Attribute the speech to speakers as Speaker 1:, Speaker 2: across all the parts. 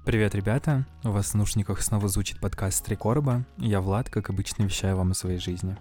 Speaker 1: Привет, ребята! У вас в наушниках снова звучит подкаст «Три короба», и я Влад, как обычно, вещаю вам о своей жизни.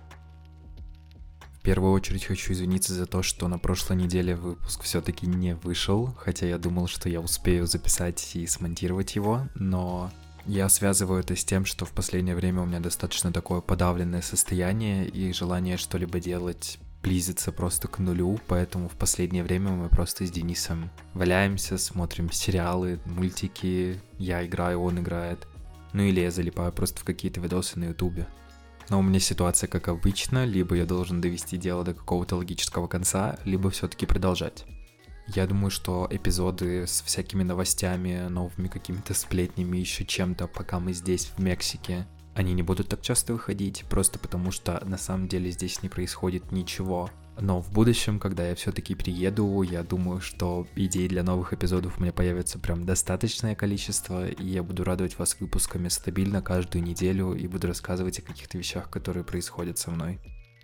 Speaker 1: В первую очередь хочу извиниться за то, что на прошлой неделе выпуск все-таки не вышел, хотя я думал, что я успею записать и смонтировать его, но я связываю это с тем, что в последнее время у меня достаточно такое подавленное состояние, и желание что-либо делать близится просто к нулю, поэтому в последнее время мы просто с Денисом валяемся, смотрим сериалы, мультики, я играю, он играет, ну или я залипаю просто в какие-то видосы на ютубе. Но у меня ситуация как обычно, либо я должен довести дело до какого-то логического конца, либо все-таки продолжать. Я думаю, что эпизоды с всякими новостями, новыми какими-то сплетнями, еще чем-то, пока мы здесь, в Мексике, они не будут так часто выходить, просто потому что на самом деле здесь не происходит ничего. Но в будущем, когда я все-таки приеду, я думаю, что идей для новых эпизодов у меня появится прям достаточное количество, и я буду радовать вас выпусками стабильно каждую неделю и буду рассказывать о каких-то вещах, которые происходят со мной.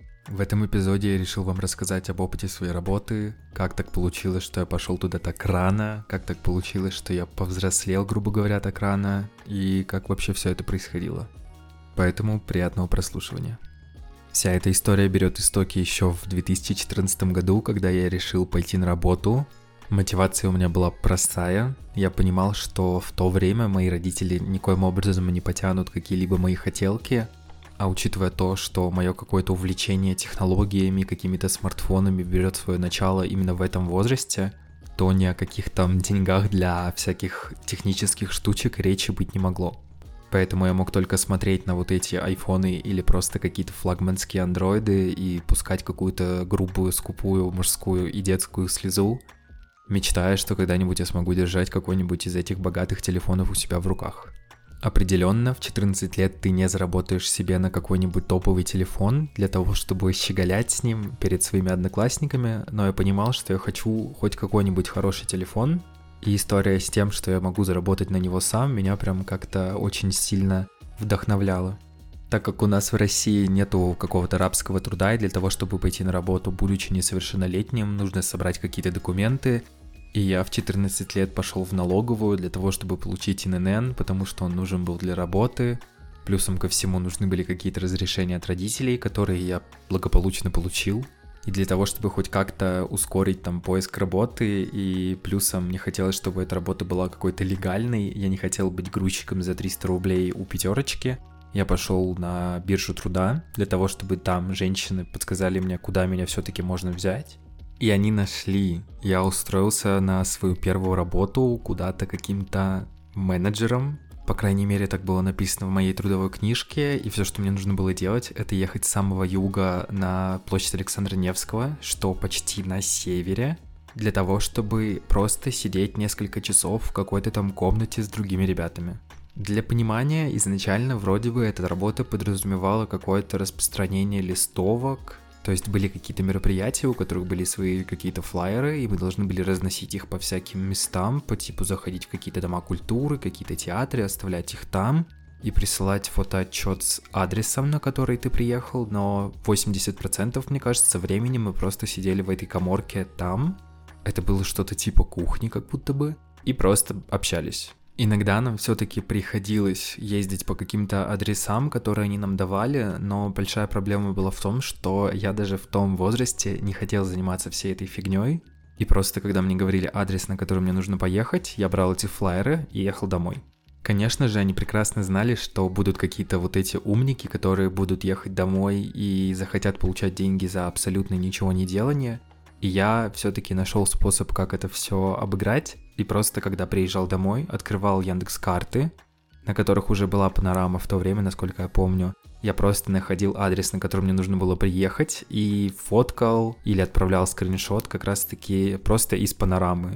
Speaker 1: В этом эпизоде я решил вам рассказать об опыте своей работы, как так получилось, что я пошел туда так рано, как так получилось, что я повзрослел, грубо говоря, так рано, и как вообще все это происходило. Поэтому приятного прослушивания. Вся эта история берет истоки еще в 2014 году, когда я решил пойти на работу. Мотивация у меня была простая. Я понимал, что в то время мои родители никоим образом не потянут какие-либо мои хотелки. А учитывая то, что мое какое-то увлечение технологиями, какими-то смартфонами берет свое начало именно в этом возрасте, то ни о каких там деньгах для всяких технических штучек речи быть не могло. Поэтому я мог только смотреть на вот эти айфоны или просто какие-то флагманские андроиды и пускать какую-то грубую, скупую, мужскую и детскую слезу, мечтая, что когда-нибудь я смогу держать какой-нибудь из этих богатых телефонов у себя в руках. Определенно, в 14 лет ты не заработаешь себе на какой-нибудь топовый телефон для того, чтобы щеголять с ним перед своими одноклассниками, но я понимал, что я хочу хоть какой-нибудь хороший телефон, и история с тем, что я могу заработать на него сам, меня прям как-то очень сильно вдохновляла. Так как у нас в России нету какого-то рабского труда, и для того, чтобы пойти на работу, будучи несовершеннолетним, нужно собрать какие-то документы. И я в 14 лет пошел в налоговую для того, чтобы получить ИНН, потому что он нужен был для работы. Плюсом ко всему нужны были какие-то разрешения от родителей, которые я благополучно получил. И для того, чтобы хоть как-то ускорить там поиск работы, и плюсом мне хотелось, чтобы эта работа была какой-то легальной, я не хотел быть грузчиком за 300 рублей у пятерочки. Я пошел на биржу труда для того, чтобы там женщины подсказали мне, куда меня все-таки можно взять. И они нашли. Я устроился на свою первую работу куда-то каким-то менеджером. По крайней мере, так было написано в моей трудовой книжке, и все, что мне нужно было делать, это ехать с самого юга на площадь Александра Невского, что почти на севере, для того, чтобы просто сидеть несколько часов в какой-то там комнате с другими ребятами. Для понимания, изначально вроде бы эта работа подразумевала какое-то распространение листовок, то есть были какие-то мероприятия, у которых были свои какие-то флаеры, и мы должны были разносить их по всяким местам, по типу заходить в какие-то дома культуры, какие-то театры, оставлять их там и присылать фотоотчет с адресом, на который ты приехал, но 80%, мне кажется, времени мы просто сидели в этой каморке там. Это было что-то типа кухни как будто бы, и просто общались. Иногда нам все-таки приходилось ездить по каким-то адресам, которые они нам давали, но большая проблема была в том, что я даже в том возрасте не хотел заниматься всей этой фигней, и просто когда мне говорили адрес, на который мне нужно поехать, я брал эти флаеры и ехал домой. Конечно же, они прекрасно знали, что будут какие-то вот эти умники, которые будут ехать домой и захотят получать деньги за абсолютно ничего не делание. И я все-таки нашел способ, как это все обыграть. И просто, когда приезжал домой, открывал Яндекс.Карты, на которых уже была панорама в то время, насколько я помню. Я просто находил адрес, на который мне нужно было приехать, и фоткал или отправлял скриншот как раз-таки просто из панорамы.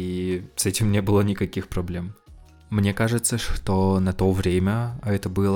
Speaker 1: И с этим не было никаких проблем. Мне кажется, что на то время, а это было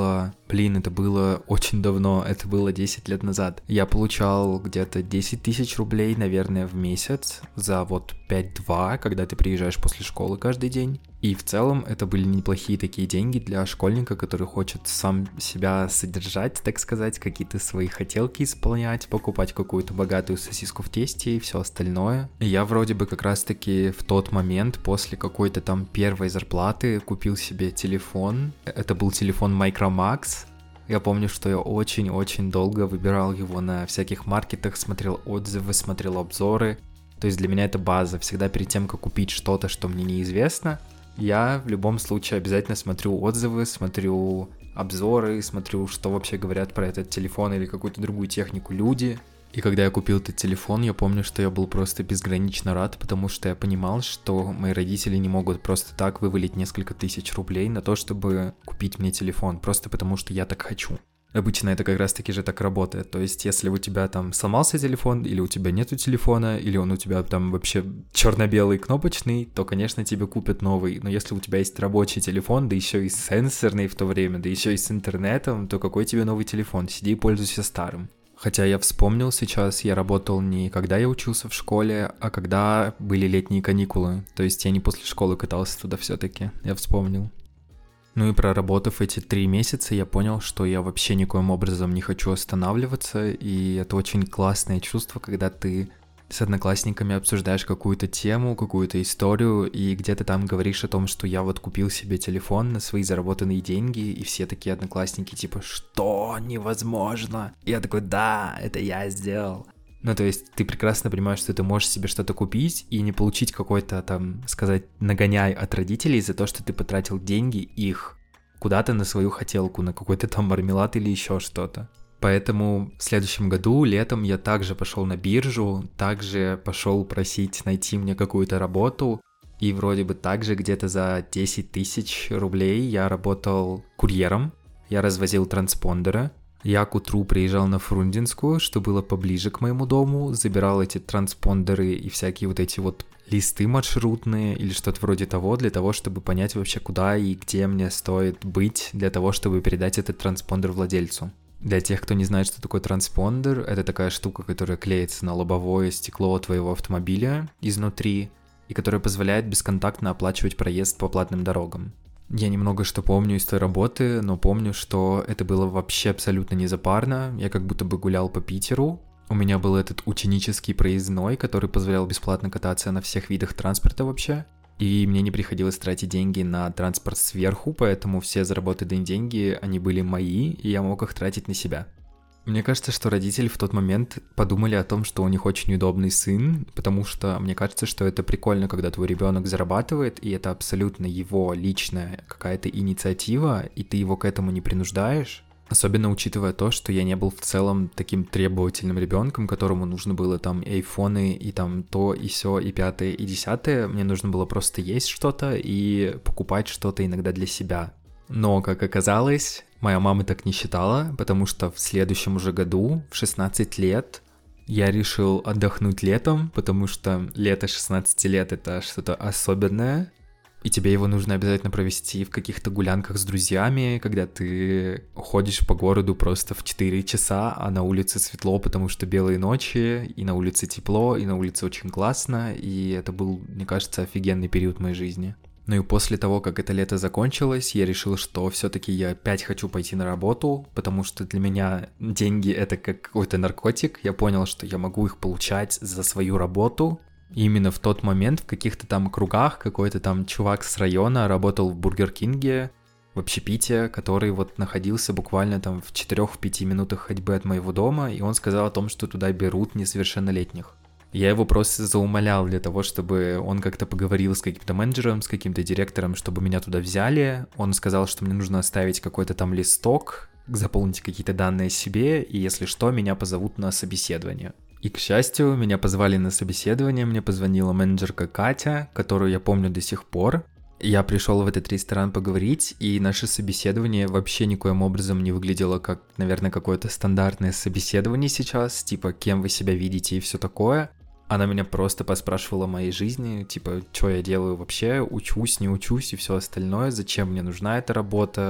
Speaker 1: Блин, это было очень давно, это было 10 лет назад. Я получал где-то 10 тысяч рублей, наверное, в месяц за вот 5-2, когда ты приезжаешь после школы каждый день. И в целом это были неплохие такие деньги для школьника, который хочет сам себя содержать, так сказать, какие-то свои хотелки исполнять, покупать какую-то богатую сосиску в тесте и все остальное. И я вроде бы как раз-таки в тот момент после какой-то там первой зарплаты купил себе телефон. Это был телефон Micromax. Я помню, что я очень-очень долго выбирал его на всяких маркетах, смотрел отзывы, смотрел обзоры. То есть для меня это база. Всегда перед тем, как купить что-то, что мне неизвестно, я в любом случае обязательно смотрю отзывы, смотрю обзоры, смотрю, что вообще говорят про этот телефон или какую-то другую технику люди. И когда я купил этот телефон, я помню, что я был просто безгранично рад, потому что я понимал, что мои родители не могут просто так вывалить несколько тысяч рублей на то, чтобы купить мне телефон, просто потому что я так хочу. Обычно это как раз-таки же так работает. То есть, если у тебя там сломался телефон, или у тебя нету телефона, или он у тебя там вообще черно-белый кнопочный, то, конечно, тебе купят новый. Но если у тебя есть рабочий телефон, да еще и сенсорный в то время, да еще и с интернетом, то какой тебе новый телефон? Сиди и пользуйся старым. Хотя я вспомнил сейчас, я работал не когда я учился в школе, а когда были летние каникулы. То есть я не после школы катался туда все-таки, я вспомнил. Ну и проработав эти 3 месяца, я понял, что я вообще никоим образом не хочу останавливаться, и это очень классное чувство, когда ты с одноклассниками обсуждаешь какую-то тему, какую-то историю, и где-то там говоришь о том, что я вот купил себе телефон на свои заработанные деньги, и все такие одноклассники типа «Что? Невозможно!» И я такой «Да, это я сделал!» Ну, то есть ты прекрасно понимаешь, что ты можешь себе что-то купить и не получить какой-то, там, сказать, нагоняй от родителей за то, что ты потратил деньги их куда-то на свою хотелку, на какой-то там мармелад или еще что-то. Поэтому в следующем году, летом, я также пошел на биржу, также пошел просить найти мне какую-то работу, и вроде бы также где-то за 10 тысяч рублей я работал курьером, я развозил транспондеры. Я к утру приезжал на Фрунзенскую, что было поближе к моему дому, забирал эти транспондеры и всякие вот эти вот листы маршрутные или что-то вроде того, для того, чтобы понять вообще, куда и где мне стоит быть, для того, чтобы передать этот транспондер владельцу. Для тех, кто не знает, что такое транспондер, это такая штука, которая клеится на лобовое стекло твоего автомобиля изнутри и которая позволяет бесконтактно оплачивать проезд по платным дорогам. Я немного что помню из той работы, но помню, что это было вообще абсолютно незапарно. Я как будто бы гулял по Питеру. У меня был этот ученический проездной, который позволял бесплатно кататься на всех видах транспорта вообще. И мне не приходилось тратить деньги на транспорт сверху, поэтому все заработанные деньги, они были мои, и я мог их тратить на себя. Мне кажется, что родители в тот момент подумали о том, что у них очень удобный сын, потому что мне кажется, что это прикольно, когда твой ребенок зарабатывает, и это абсолютно его личная какая-то инициатива, и ты его к этому не принуждаешь. Особенно учитывая то, что я не был в целом таким требовательным ребенком, которому нужно было там и айфоны, и там то, и сё, и пятое, и десятое. Мне нужно было просто есть что-то и покупать что-то иногда для себя. Но, как оказалось, моя мама так не считала, потому что в следующем уже году, в 16 лет, я решил отдохнуть летом, потому что лето 16 лет — это что-то особенное, и тебе его нужно обязательно провести в каких-то гулянках с друзьями, когда ты ходишь по городу просто в 4 часа, а на улице светло, потому что белые ночи, и на улице тепло, и на улице очень классно, и это был, мне кажется, офигенный период моей жизни. Ну и после того, как это лето закончилось, я решил, что все-таки я опять хочу пойти на работу, потому что для меня деньги — это как какой-то наркотик. Я понял, что я могу их получать за свою работу. И именно в тот момент в каких-то там кругах какой-то там чувак с района работал в Бургер Кинге, в общепите, который вот находился буквально там в 4-5 минутах ходьбы от моего дома, и он сказал о том, что туда берут несовершеннолетних. Я его просто заумолял для того, чтобы он как-то поговорил с каким-то менеджером, с каким-то директором, чтобы меня туда взяли. Он сказал, что мне нужно оставить какой-то там листок, заполнить какие-то данные себе, и если что, меня позовут на собеседование. И, к счастью, меня позвали на собеседование, мне позвонила менеджерка Катя, которую я помню до сих пор. Я пришел в этот ресторан поговорить, и наше собеседование вообще никоим образом не выглядело как, наверное, какое-то стандартное собеседование сейчас, типа, кем вы себя видите и все такое. Она меня просто поспрашивала о моей жизни, типа, что я делаю вообще, учусь, не учусь и все остальное, зачем мне нужна эта работа,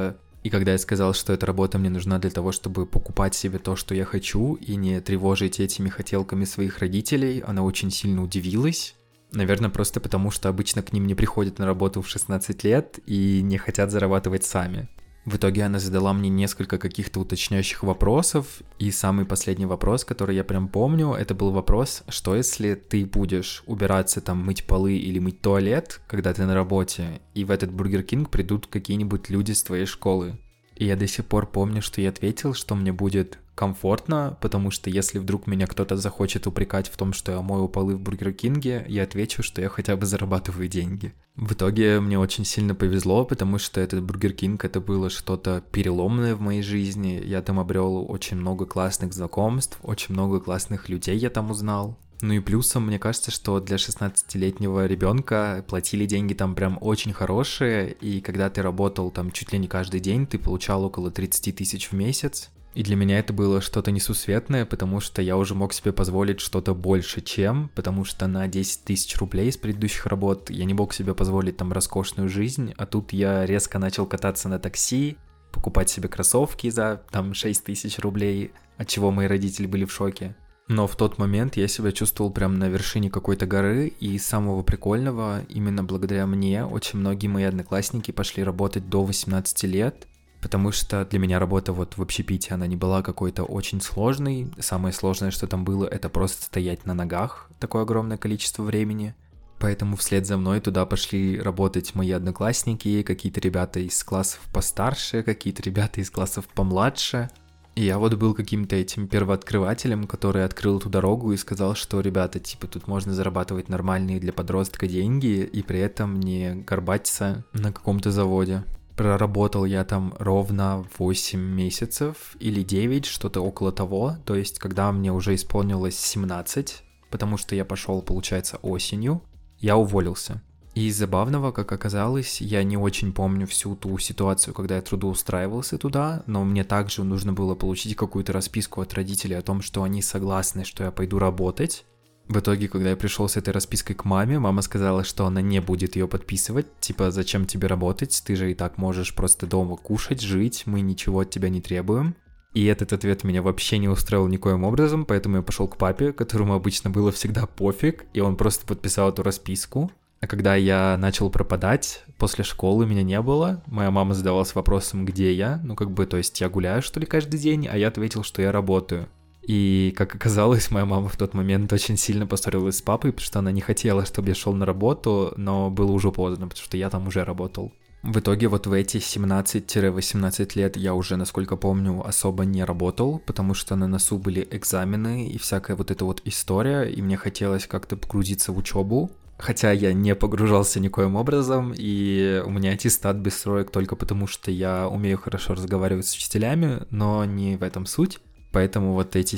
Speaker 1: И когда я сказал, что эта работа мне нужна для того, чтобы покупать себе то, что я хочу, и не тревожить этими хотелками своих родителей, она очень сильно удивилась. Наверное, просто потому, что обычно к ним не приходят на работу в 16 лет и не хотят зарабатывать сами. В итоге она задала мне несколько каких-то уточняющих вопросов, и самый последний вопрос, который я прям помню, это был вопрос, что если ты будешь убираться, там, мыть полы или мыть туалет, когда ты на работе, и в этот Бургер Кинг придут какие-нибудь люди с твоей школы. И я до сих пор помню, что я ответил, что мне будет комфортно, потому что если вдруг меня кто-то захочет упрекать в том, что я мою полы в Бургер Кинге, я отвечу, что я хотя бы зарабатываю деньги. В итоге мне очень сильно повезло, потому что этот Бургер Кинг это было что-то переломное в моей жизни. Я там обрел очень много классных знакомств, очень много классных людей я там узнал. Ну и плюсом, мне кажется, что для 16-летнего ребенка платили деньги там прям очень хорошие, и когда ты работал там чуть ли не каждый день, ты получал около 30 тысяч в месяц. И для меня это было что-то несусветное, потому что я уже мог себе позволить что-то больше, чем, потому что на 10 тысяч рублей с предыдущих работ я не мог себе позволить там роскошную жизнь, а тут я резко начал кататься на такси, покупать себе кроссовки за там 6 тысяч рублей, от чего мои родители были в шоке. Но в тот момент я себя чувствовал прям на вершине какой-то горы, и самого прикольного, именно благодаря мне, очень многие мои одноклассники пошли работать до 18 лет, потому что для меня работа вот в общепите, она не была какой-то очень сложной. Самое сложное, что там было, это просто стоять на ногах такое огромное количество времени. Поэтому вслед за мной туда пошли работать мои одноклассники, какие-то ребята из классов постарше, какие-то ребята из классов помладше. И я вот был каким-то этим первооткрывателем, который открыл эту дорогу и сказал, что, ребята, типа, тут можно зарабатывать нормальные для подростка деньги и при этом не горбатиться на каком-то заводе. Проработал я там ровно 8 месяцев или 9, что-то около того, то есть когда мне уже исполнилось 17, потому что я пошел, получается, осенью, я уволился. И из забавного, как оказалось, я не очень помню всю ту ситуацию, когда я трудоустраивался туда, но мне также нужно было получить какую-то расписку от родителей о том, что они согласны, что я пойду работать. В итоге, когда я пришел с этой распиской к маме, мама сказала, что она не будет ее подписывать, типа, зачем тебе работать, ты же и так можешь просто дома кушать, жить, мы ничего от тебя не требуем. И этот ответ меня вообще не устроил никоим образом, поэтому я пошел к папе, которому обычно было всегда пофиг, и он просто подписал эту расписку. А когда я начал пропадать, после школы меня не было, моя мама задавалась вопросом, где я, то есть я гуляю, что ли, каждый день, а я ответил, что я работаю. И, как оказалось, моя мама в тот момент очень сильно поссорилась с папой, потому что она не хотела, чтобы я шел на работу, но было уже поздно, потому что я там уже работал. В итоге вот в эти 17-18 лет я уже, насколько помню, особо не работал, потому что на носу были экзамены и всякая вот эта вот история, и мне хотелось как-то погрузиться в учебу. Хотя я не погружался никоим образом, и у меня аттестат без троек только потому, что я умею хорошо разговаривать с учителями, но не в этом суть. Поэтому вот эти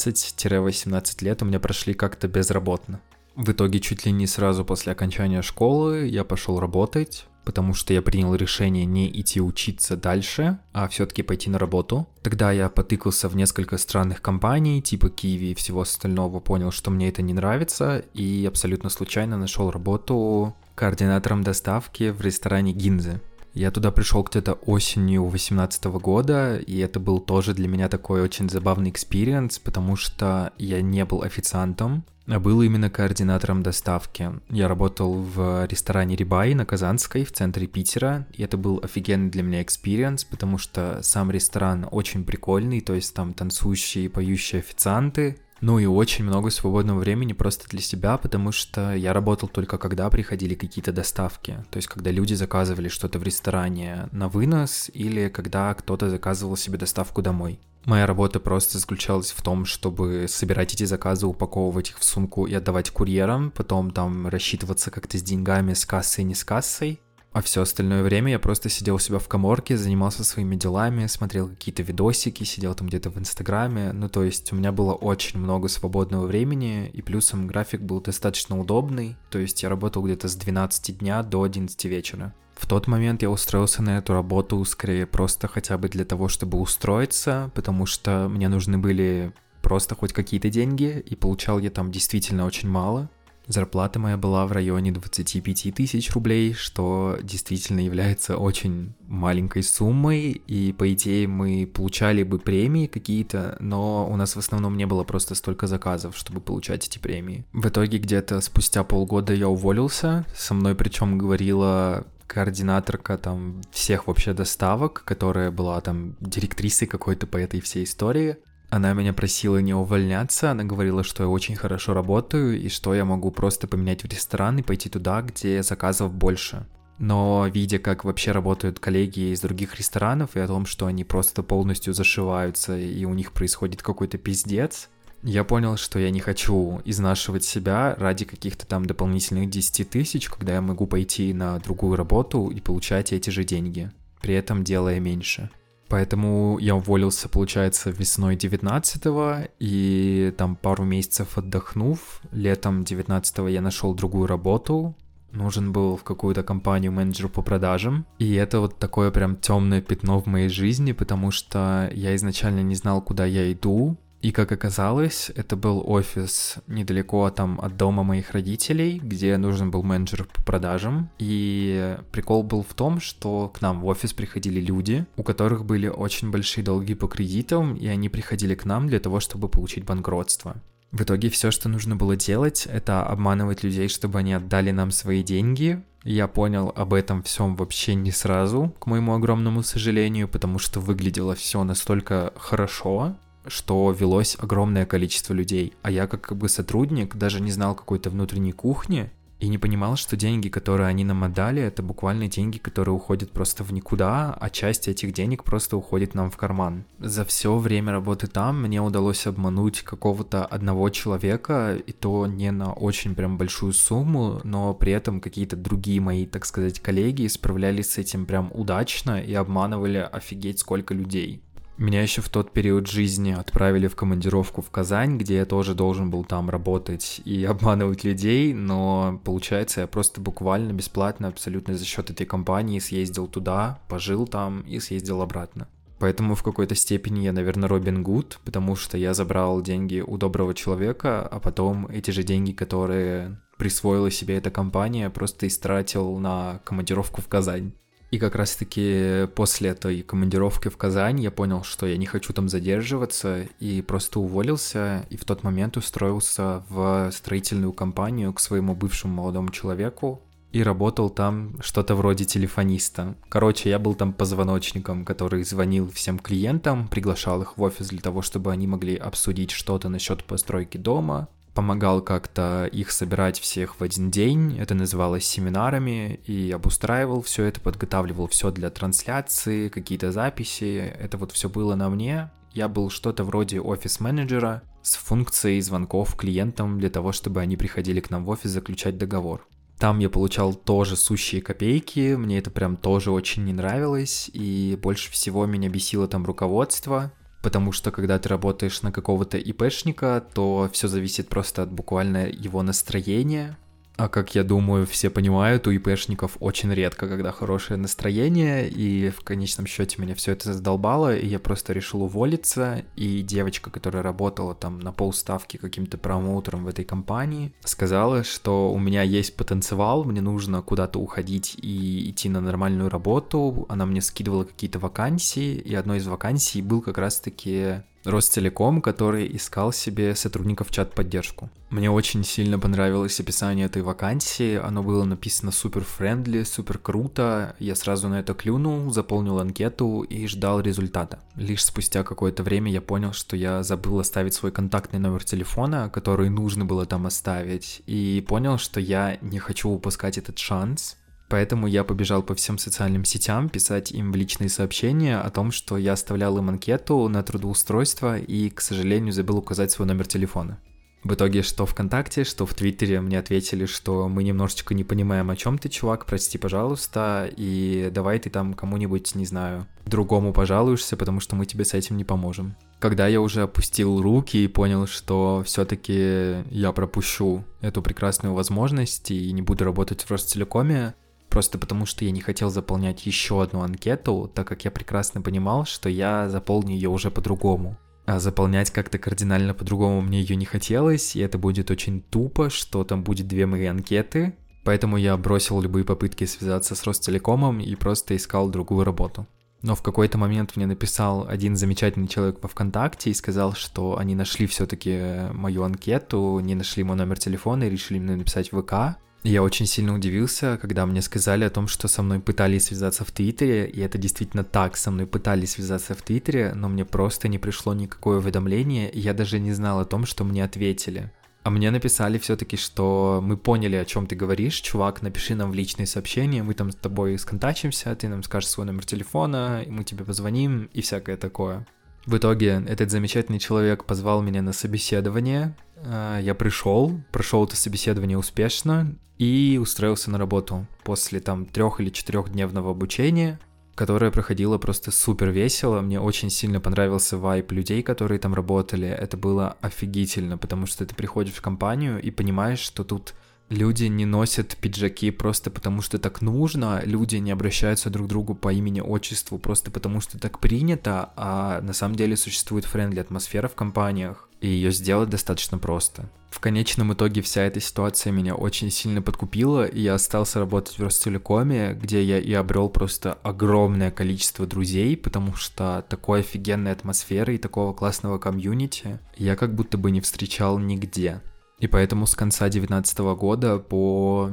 Speaker 1: 17-18 лет у меня прошли как-то безработно. В итоге чуть ли не сразу после окончания школы я пошел работать, потому что я принял решение не идти учиться дальше, а все-таки пойти на работу. Тогда я потыкался в несколько странных компаний, типа Киви и всего остального, понял, что мне это не нравится, и абсолютно случайно нашел работу координатором доставки в ресторане Гинзе. Я туда пришел где-то осенью 2018 года, и это был тоже для меня такой очень забавный экспириенс, потому что я не был официантом, а был именно координатором доставки. Я работал в ресторане Рибай на Казанской в центре Питера, и это был офигенный для меня экспириенс, потому что сам ресторан очень прикольный, то есть там танцующие и поющие официанты, ну и очень много свободного времени просто для себя, потому что я работал только когда приходили какие-то доставки, то есть когда люди заказывали что-то в ресторане на вынос или когда кто-то заказывал себе доставку домой. Моя работа просто заключалась в том, чтобы собирать эти заказы, упаковывать их в сумку и отдавать курьерам, потом там рассчитываться как-то с деньгами, с кассой, не с кассой. А все остальное время я просто сидел у себя в каморке, занимался своими делами, смотрел какие-то видосики, сидел там где-то в Инстаграме. Ну, то есть у меня было очень много свободного времени, и плюсом график был достаточно удобный. То есть я работал где-то с 12 дня до 11 вечера. В тот момент я устроился на эту работу скорее просто хотя бы для того, чтобы устроиться, потому что мне нужны были просто хоть какие-то деньги, и получал я там действительно очень мало. Зарплата моя была в районе 25 тысяч рублей, что действительно является очень маленькой суммой, и по идее мы получали бы премии какие-то, но у нас в основном не было просто столько заказов, чтобы получать эти премии. В итоге где-то спустя полгода я уволился, со мной причем говорила координаторка там всех вообще доставок, которая была там директрисой какой-то по этой всей истории. Она меня просила не увольняться, она говорила, что я очень хорошо работаю и что я могу просто поменять в ресторан и пойти туда, где заказов больше. Но видя, как вообще работают коллеги из других ресторанов и о том, что они просто полностью зашиваются и у них происходит какой-то пиздец, я понял, что я не хочу изнашивать себя ради каких-то там дополнительных 10 тысяч, когда я могу пойти на другую работу и получать эти же деньги, при этом делая меньше. Поэтому я уволился, получается, весной 19-го, и там пару месяцев отдохнув, летом 19-го я нашел другую работу, нужен был в какую-то компанию менеджер по продажам, и это вот такое прям темное пятно в моей жизни, потому что я изначально не знал, куда я иду, и как оказалось, это был офис недалеко там от дома моих родителей, где нужен был менеджер по продажам. И прикол был в том, что к нам в офис приходили люди, у которых были очень большие долги по кредитам, и они приходили к нам для того, чтобы получить банкротство. В итоге все, что нужно было делать, это обманывать людей, чтобы они отдали нам свои деньги. Я понял об этом всем вообще не сразу, к моему огромному сожалению, потому что выглядело все настолько хорошо, что велось огромное количество людей, а я как бы сотрудник даже не знал какой-то внутренней кухни и не понимал, что деньги, которые они нам отдали, это буквально деньги, которые уходят просто в никуда, а часть этих денег просто уходит нам в карман. За все время работы там мне удалось обмануть какого-то одного человека, и то не на очень прям большую сумму, но при этом какие-то другие мои, так сказать, коллеги справлялись с этим прям удачно и обманывали офигеть сколько людей. Меня еще в тот период жизни отправили в командировку в Казань, где я тоже должен был там работать и обманывать людей, но получается я просто буквально бесплатно абсолютно за счет этой компании съездил туда, пожил там и съездил обратно. Поэтому в какой-то степени я, наверное, Робин Гуд, потому что я забрал деньги у доброго человека, а потом эти же деньги, которые присвоила себе эта компания, просто истратил на командировку в Казань. И как раз-таки после этой командировки в Казань я понял, что я не хочу там задерживаться, и просто уволился, и в тот момент устроился в строительную компанию к своему бывшему молодому человеку, и работал там что-то вроде телефониста. Короче, я был там позвоночником, который звонил всем клиентам, приглашал их в офис для того, чтобы они могли обсудить что-то насчет постройки дома, помогал как-то их собирать всех в один день, это называлось семинарами, и обустраивал все это, подготавливал все для трансляции, какие-то записи, это вот все было на мне. Я был что-то вроде офис-менеджера с функцией звонков клиентам для того, чтобы они приходили к нам в офис заключать договор. Там я получал тоже сущие копейки, мне это прям тоже очень не нравилось, и больше всего меня бесило там руководство, потому что когда ты работаешь на какого-то ИПшника, то все зависит просто от буквально его настроения. А как я думаю, все понимают, у ИПшников очень редко, когда хорошее настроение, и в конечном счете меня все это задолбало, и я просто решил уволиться, и девочка, которая работала там на полставки каким-то промоутером в этой компании, сказала, что у меня есть потенциал, мне нужно куда-то уходить и идти на нормальную работу, она мне скидывала какие-то вакансии, и одной из вакансий был как раз-таки Ростелеком, который искал себе сотрудников чат-поддержку. Мне очень сильно понравилось описание этой вакансии, оно было написано супер френдли, супер круто, я сразу на это клюнул, заполнил анкету и ждал результата. Лишь спустя какое-то время я понял, что я забыл оставить свой контактный номер телефона, который нужно было там оставить, и понял, что я не хочу упускать этот шанс. Поэтому я побежал по всем социальным сетям писать им в личные сообщения о том, что я оставлял им анкету на трудоустройство и, к сожалению, забыл указать свой номер телефона. В итоге, что ВКонтакте, что в Твиттере мне ответили, что мы немножечко не понимаем, о чем ты, чувак, прости, пожалуйста, и давай ты там кому-нибудь, не знаю, другому пожалуешься, потому что мы тебе с этим не поможем. Когда я уже опустил руки и понял, что все-таки я пропущу эту прекрасную возможность и не буду работать в Ростелекоме, просто потому что я не хотел заполнять еще одну анкету, так как я прекрасно понимал, что я заполню ее уже по-другому. А заполнять как-то кардинально по-другому мне ее не хотелось, и это будет очень тупо, что там будет 2 мои анкеты, поэтому я бросил любые попытки связаться с Ростелекомом и просто искал другую работу. Но в какой-то момент мне написал один замечательный человек во ВКонтакте и сказал, что они нашли все-таки мою анкету, не нашли мой номер телефона и решили мне написать в ВК. Я очень сильно удивился, когда мне сказали о том, что со мной пытались связаться в Твиттере, и это действительно так, со мной пытались связаться в Твиттере, но мне просто не пришло никакое уведомление, и я даже не знал о том, что мне ответили. А мне написали все-таки, что мы поняли, о чем ты говоришь, чувак, напиши нам в личные сообщения, мы там с тобой сконтачимся, ты нам скажешь свой номер телефона, и мы тебе позвоним, и всякое такое. В итоге этот замечательный человек позвал меня на собеседование, я прошел это собеседование успешно и устроился на работу после там 3 или 4-дневного обучения, которое проходило просто супер весело. Мне очень сильно понравился вайб людей, которые там работали. Это было офигительно, потому что ты приходишь в компанию и понимаешь, что тут люди не носят пиджаки просто потому, что так нужно, люди не обращаются друг к другу по имени-отчеству просто потому, что так принято, а на самом деле существует френдли атмосфера в компаниях, и ее сделать достаточно просто. В конечном итоге вся эта ситуация меня очень сильно подкупила, и я остался работать в Ростелекоме, где я и обрел просто огромное количество друзей, потому что такой офигенной атмосферы и такого классного комьюнити я как будто бы не встречал нигде. И поэтому с конца 2019 года по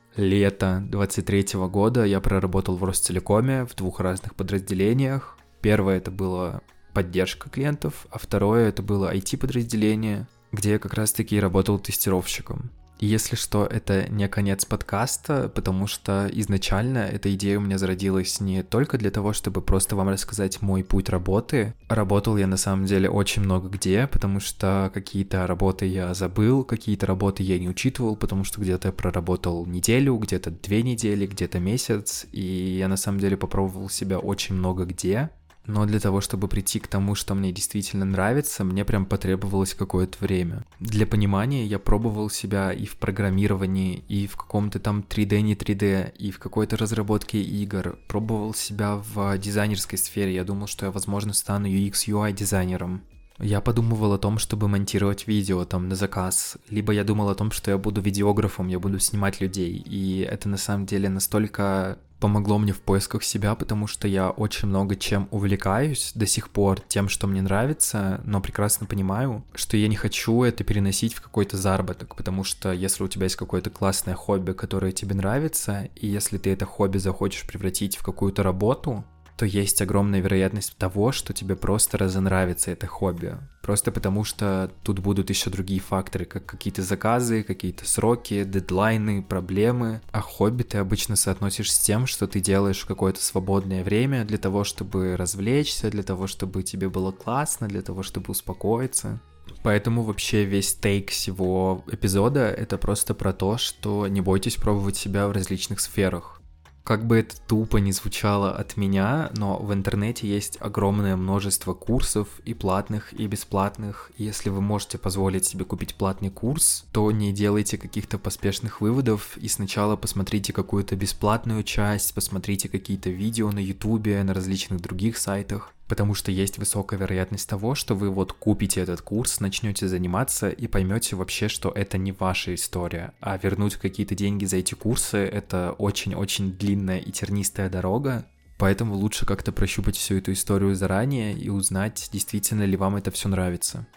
Speaker 1: лето 2023 года я проработал в Ростелекоме в 2 разных подразделениях. Первое это было поддержка клиентов, а второе это было IT-подразделение, где я как раз-таки работал тестировщиком. И если что, это не конец подкаста, потому что изначально эта идея у меня зародилась не только для того, чтобы просто вам рассказать мой путь работы. Работал я на самом деле очень много где, потому что какие-то работы я забыл, какие-то работы я не учитывал, потому что где-то я проработал неделю, где-то 2 недели, где-то месяц, и я на самом деле попробовал себя очень много где. Но для того, чтобы прийти к тому, что мне действительно нравится, мне прям потребовалось какое-то время. Для понимания я пробовал себя и в программировании, и в каком-то там 3D, не 3D, и в какой-то разработке игр. Пробовал себя в дизайнерской сфере. Я думал, что я, возможно, стану UX-UI дизайнером. Я подумывал о том, чтобы монтировать видео там на заказ, либо я думал о том, что я буду видеографом, я буду снимать людей, и это на самом деле настолько помогло мне в поисках себя, потому что я очень много чем увлекаюсь до сих пор, тем, что мне нравится, но прекрасно понимаю, что я не хочу это переносить в какой-то заработок, потому что если у тебя есть какое-то классное хобби, которое тебе нравится, и если ты это хобби захочешь превратить в какую-то работу, то есть огромная вероятность того, что тебе просто разонравится это хобби. Просто потому что тут будут еще другие факторы, как какие-то заказы, какие-то сроки, дедлайны, проблемы. А хобби ты обычно соотносишь с тем, что ты делаешь в какое-то свободное время для того, чтобы развлечься, для того, чтобы тебе было классно, для того, чтобы успокоиться. Поэтому вообще весь тейк всего эпизода — это просто про то, что не бойтесь пробовать себя в различных сферах. Как бы это тупо не звучало от меня, но в интернете есть огромное множество курсов и платных, и бесплатных. И если вы можете позволить себе купить платный курс, то не делайте каких-то поспешных выводов и сначала посмотрите какую-то бесплатную часть, посмотрите какие-то видео на ютубе, на различных других сайтах. Потому что есть высокая вероятность того, что вы вот купите этот курс, начнете заниматься и поймете вообще, что это не ваша история. А вернуть какие-то деньги за эти курсы — это очень-очень длинная и тернистая дорога. Поэтому лучше как-то прощупать всю эту историю заранее и узнать, действительно ли вам это все нравится.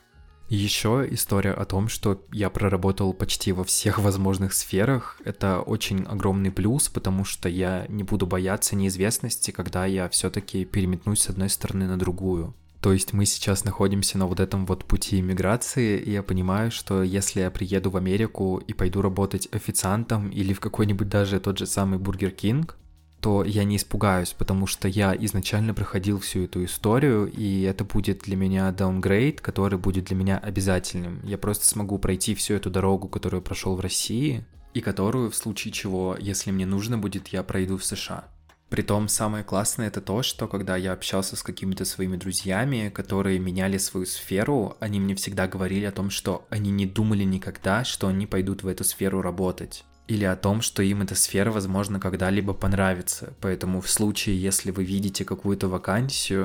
Speaker 1: Еще история о том, что я проработал почти во всех возможных сферах, это очень огромный плюс, потому что я не буду бояться неизвестности, когда я все-таки переметнусь с одной стороны на другую. То есть мы сейчас находимся на вот этом вот пути иммиграции, и я понимаю, что если я приеду в Америку и пойду работать официантом или в какой-нибудь даже тот же самый Бургер Кинг, то я не испугаюсь, потому что я изначально проходил всю эту историю, и это будет для меня даунгрейд, который будет для меня обязательным. Я просто смогу пройти всю эту дорогу, которую прошел в России, и которую, в случае чего, если мне нужно будет, я пройду в США. Притом самое классное это то, что когда я общался с какими-то своими друзьями, которые меняли свою сферу, они мне всегда говорили о том, что они не думали никогда, что они пойдут в эту сферу работать. Или о том, что им эта сфера, возможно, когда-либо понравится. Поэтому в случае, если вы видите какую-то вакансию,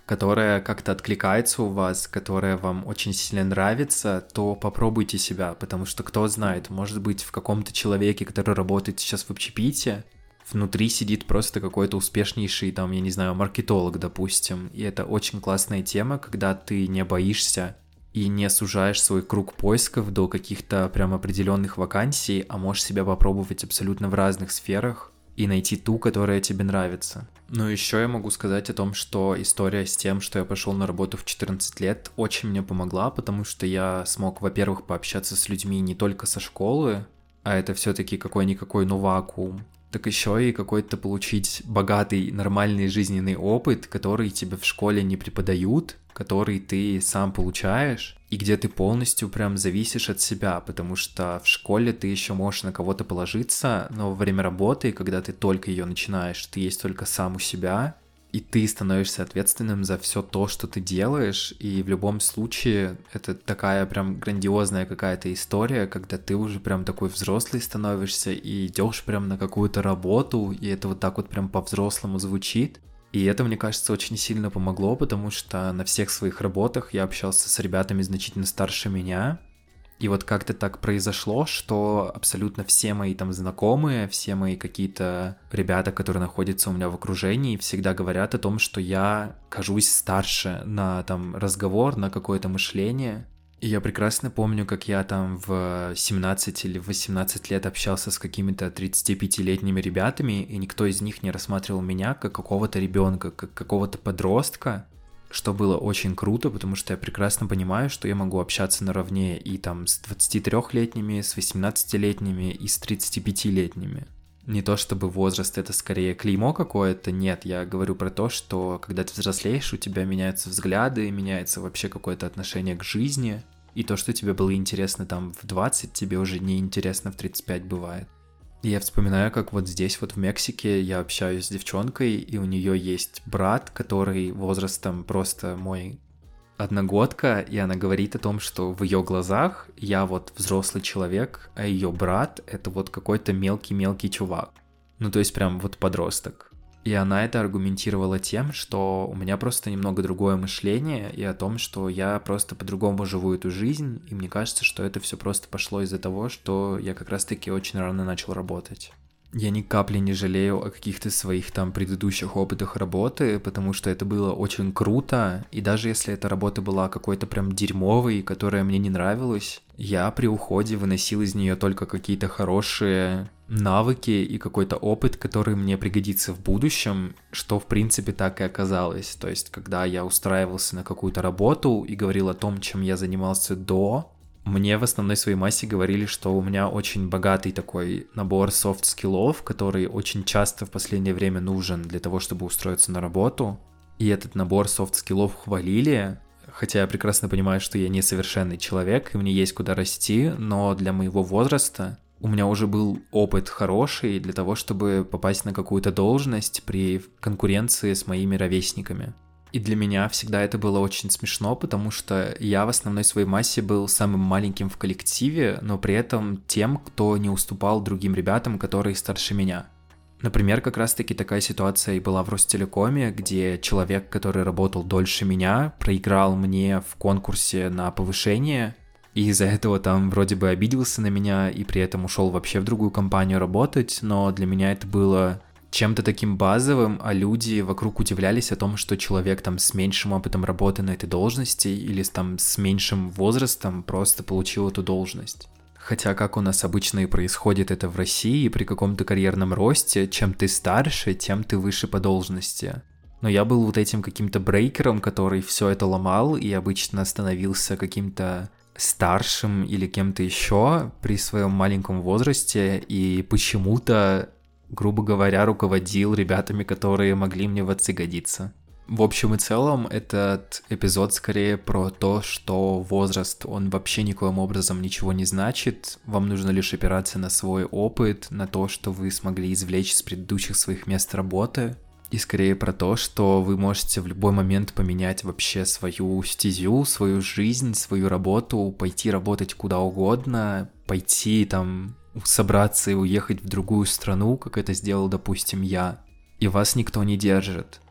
Speaker 1: которая как-то откликается у вас, которая вам очень сильно нравится, то попробуйте себя, потому что кто знает, может быть, в каком-то человеке, который работает сейчас в общепите, внутри сидит просто какой-то успешнейший, там, я не знаю, маркетолог, допустим. И это очень классная тема, когда ты не боишься и не сужаешь свой круг поисков до каких-то прям определенных вакансий, а можешь себя попробовать абсолютно в разных сферах и найти ту, которая тебе нравится. Ну, еще я могу сказать о том, что история с тем, что я пошел на работу в 14 лет, очень мне помогла, потому что я смог, во-первых, пообщаться с людьми не только со школы, а это все-таки какой-никакой, но вакуум, так еще и какой-то получить богатый, нормальный жизненный опыт, который тебе в школе не преподают, который ты сам получаешь, и где ты полностью прям зависишь от себя, потому что в школе ты еще можешь на кого-то положиться, но во время работы, когда ты только ее начинаешь, ты есть только сам у себя, и ты становишься ответственным за все то, что ты делаешь, и в любом случае это такая прям грандиозная какая-то история, когда ты уже прям такой взрослый становишься и идешь прям на какую-то работу, и это вот так вот прям по-взрослому звучит. И это, мне кажется, очень сильно помогло, потому что на всех своих работах я общался с ребятами значительно старше меня. И вот как-то так произошло, что абсолютно все мои там знакомые, все мои какие-то ребята, которые находятся у меня в окружении, всегда говорят о том, что я кажусь старше на там разговор, на какое-то мышление. И я прекрасно помню, как я там в 17 или 18 лет общался с какими-то 35-летними ребятами, и никто из них не рассматривал меня как какого-то ребенка, как какого-то подростка, что было очень круто, потому что я прекрасно понимаю, что я могу общаться наравне и там с 23-летними, с 18-летними и с 35-летними. Не то чтобы возраст это скорее клеймо какое-то, нет, я говорю про то, что когда ты взрослеешь, у тебя меняются взгляды, меняется вообще какое-то отношение к жизни, и то, что тебе было интересно там в 20, тебе уже не интересно в 35 бывает. И я вспоминаю, как вот здесь вот в Мексике я общаюсь с девчонкой, и у нее есть брат, который возрастом просто мой одногодка, и она говорит о том, что в ее глазах я вот взрослый человек, а ее брат — это вот какой-то мелкий-мелкий чувак. Ну, то есть прям вот подросток. И она это аргументировала тем, что у меня просто немного другое мышление, и о том, что я просто по-другому живу эту жизнь, и мне кажется, что это все просто пошло из-за того, что я как раз-таки очень рано начал работать. Я ни капли не жалею о каких-то своих там предыдущих опытах работы, потому что это было очень круто, и даже если эта работа была какой-то прям дерьмовой, которая мне не нравилась, я при уходе выносил из нее только какие-то хорошие навыки и какой-то опыт, который мне пригодится в будущем, что в принципе так и оказалось. То есть, когда я устраивался на какую-то работу и говорил о том, чем я занимался до, мне в основной своей массе говорили, что у меня очень богатый такой набор софт-скиллов, который очень часто в последнее время нужен для того, чтобы устроиться на работу. И этот набор софт-скиллов хвалили, хотя я прекрасно понимаю, что я несовершенный человек, и мне есть куда расти, но для моего возраста у меня уже был опыт хороший для того, чтобы попасть на какую-то должность при конкуренции с моими ровесниками. И для меня всегда это было очень смешно, потому что я в основной своей массе был самым маленьким в коллективе, но при этом тем, кто не уступал другим ребятам, которые старше меня. Например, как раз-таки такая ситуация и была в Ростелекоме, где человек, который работал дольше меня, проиграл мне в конкурсе на повышение, и из-за этого там вроде бы обиделся на меня и при этом ушел вообще в другую компанию работать, но для меня это было чем-то таким базовым, а люди вокруг удивлялись о том, что человек там с меньшим опытом работы на этой должности или там с меньшим возрастом просто получил эту должность. Хотя как у нас обычно и происходит это в России, при каком-то карьерном росте, чем ты старше, тем ты выше по должности. Но я был вот этим каким-то брейкером, который все это ломал и обычно становился каким-то старшим или кем-то еще при своем маленьком возрасте и почему-то, грубо говоря, руководил ребятами, которые могли мне в отцы годиться. В общем и целом, этот эпизод скорее про то, что возраст, он вообще никоим образом ничего не значит. Вам нужно лишь опираться на свой опыт, на то, что вы смогли извлечь из предыдущих своих мест работы. И скорее про то, что вы можете в любой момент поменять вообще свою стезю, свою жизнь, свою работу, пойти работать куда угодно, пойти там собраться и уехать в другую страну, как это сделал, допустим, я. И вас никто не держит.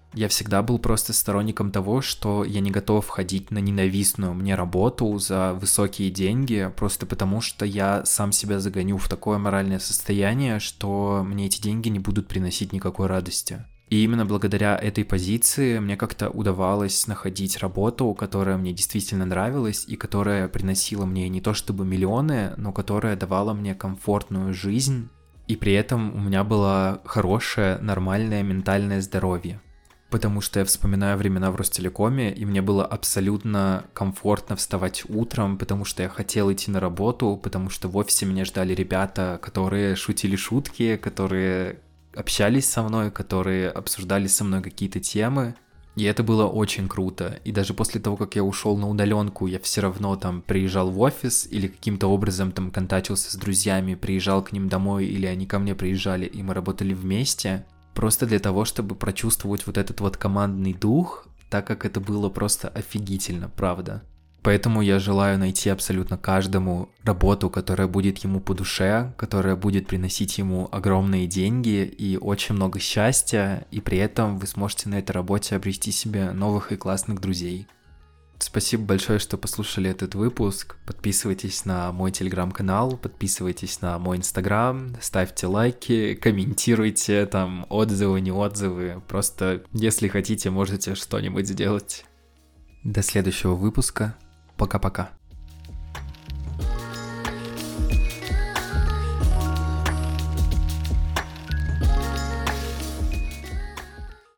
Speaker 1: Я всегда был просто сторонником того, что я не готов ходить на ненавистную мне работу за высокие деньги, просто потому что я сам себя загоню в такое моральное состояние, что мне эти деньги не будут приносить никакой радости. И именно благодаря этой позиции мне как-то удавалось находить работу, которая мне действительно нравилась и которая приносила мне не то чтобы миллионы, но которая давала мне комфортную жизнь, и при этом у меня было хорошее, нормальное ментальное здоровье. Потому что я вспоминаю времена в Ростелекоме, и мне было абсолютно комфортно вставать утром, потому что я хотел идти на работу, потому что в офисе меня ждали ребята, которые шутили шутки, которые общались со мной, которые обсуждали со мной какие-то темы. И это было очень круто. И даже после того, как я ушел на удаленку, я все равно там приезжал в офис или каким-то образом там контактировался с друзьями, приезжал к ним домой или они ко мне приезжали, и мы работали вместе. Просто для того, чтобы прочувствовать вот этот вот командный дух, так как это было просто офигительно, правда. Поэтому я желаю найти абсолютно каждому работу, которая будет ему по душе, которая будет приносить ему огромные деньги и очень много счастья, и при этом вы сможете на этой работе обрести себе новых и классных друзей. Спасибо большое, что послушали этот выпуск. Подписывайтесь на мой телеграм-канал, подписывайтесь на мой инстаграм, ставьте лайки, комментируйте, там отзывы, не отзывы. Просто, если хотите, можете что-нибудь сделать. До следующего выпуска. Пока-пока.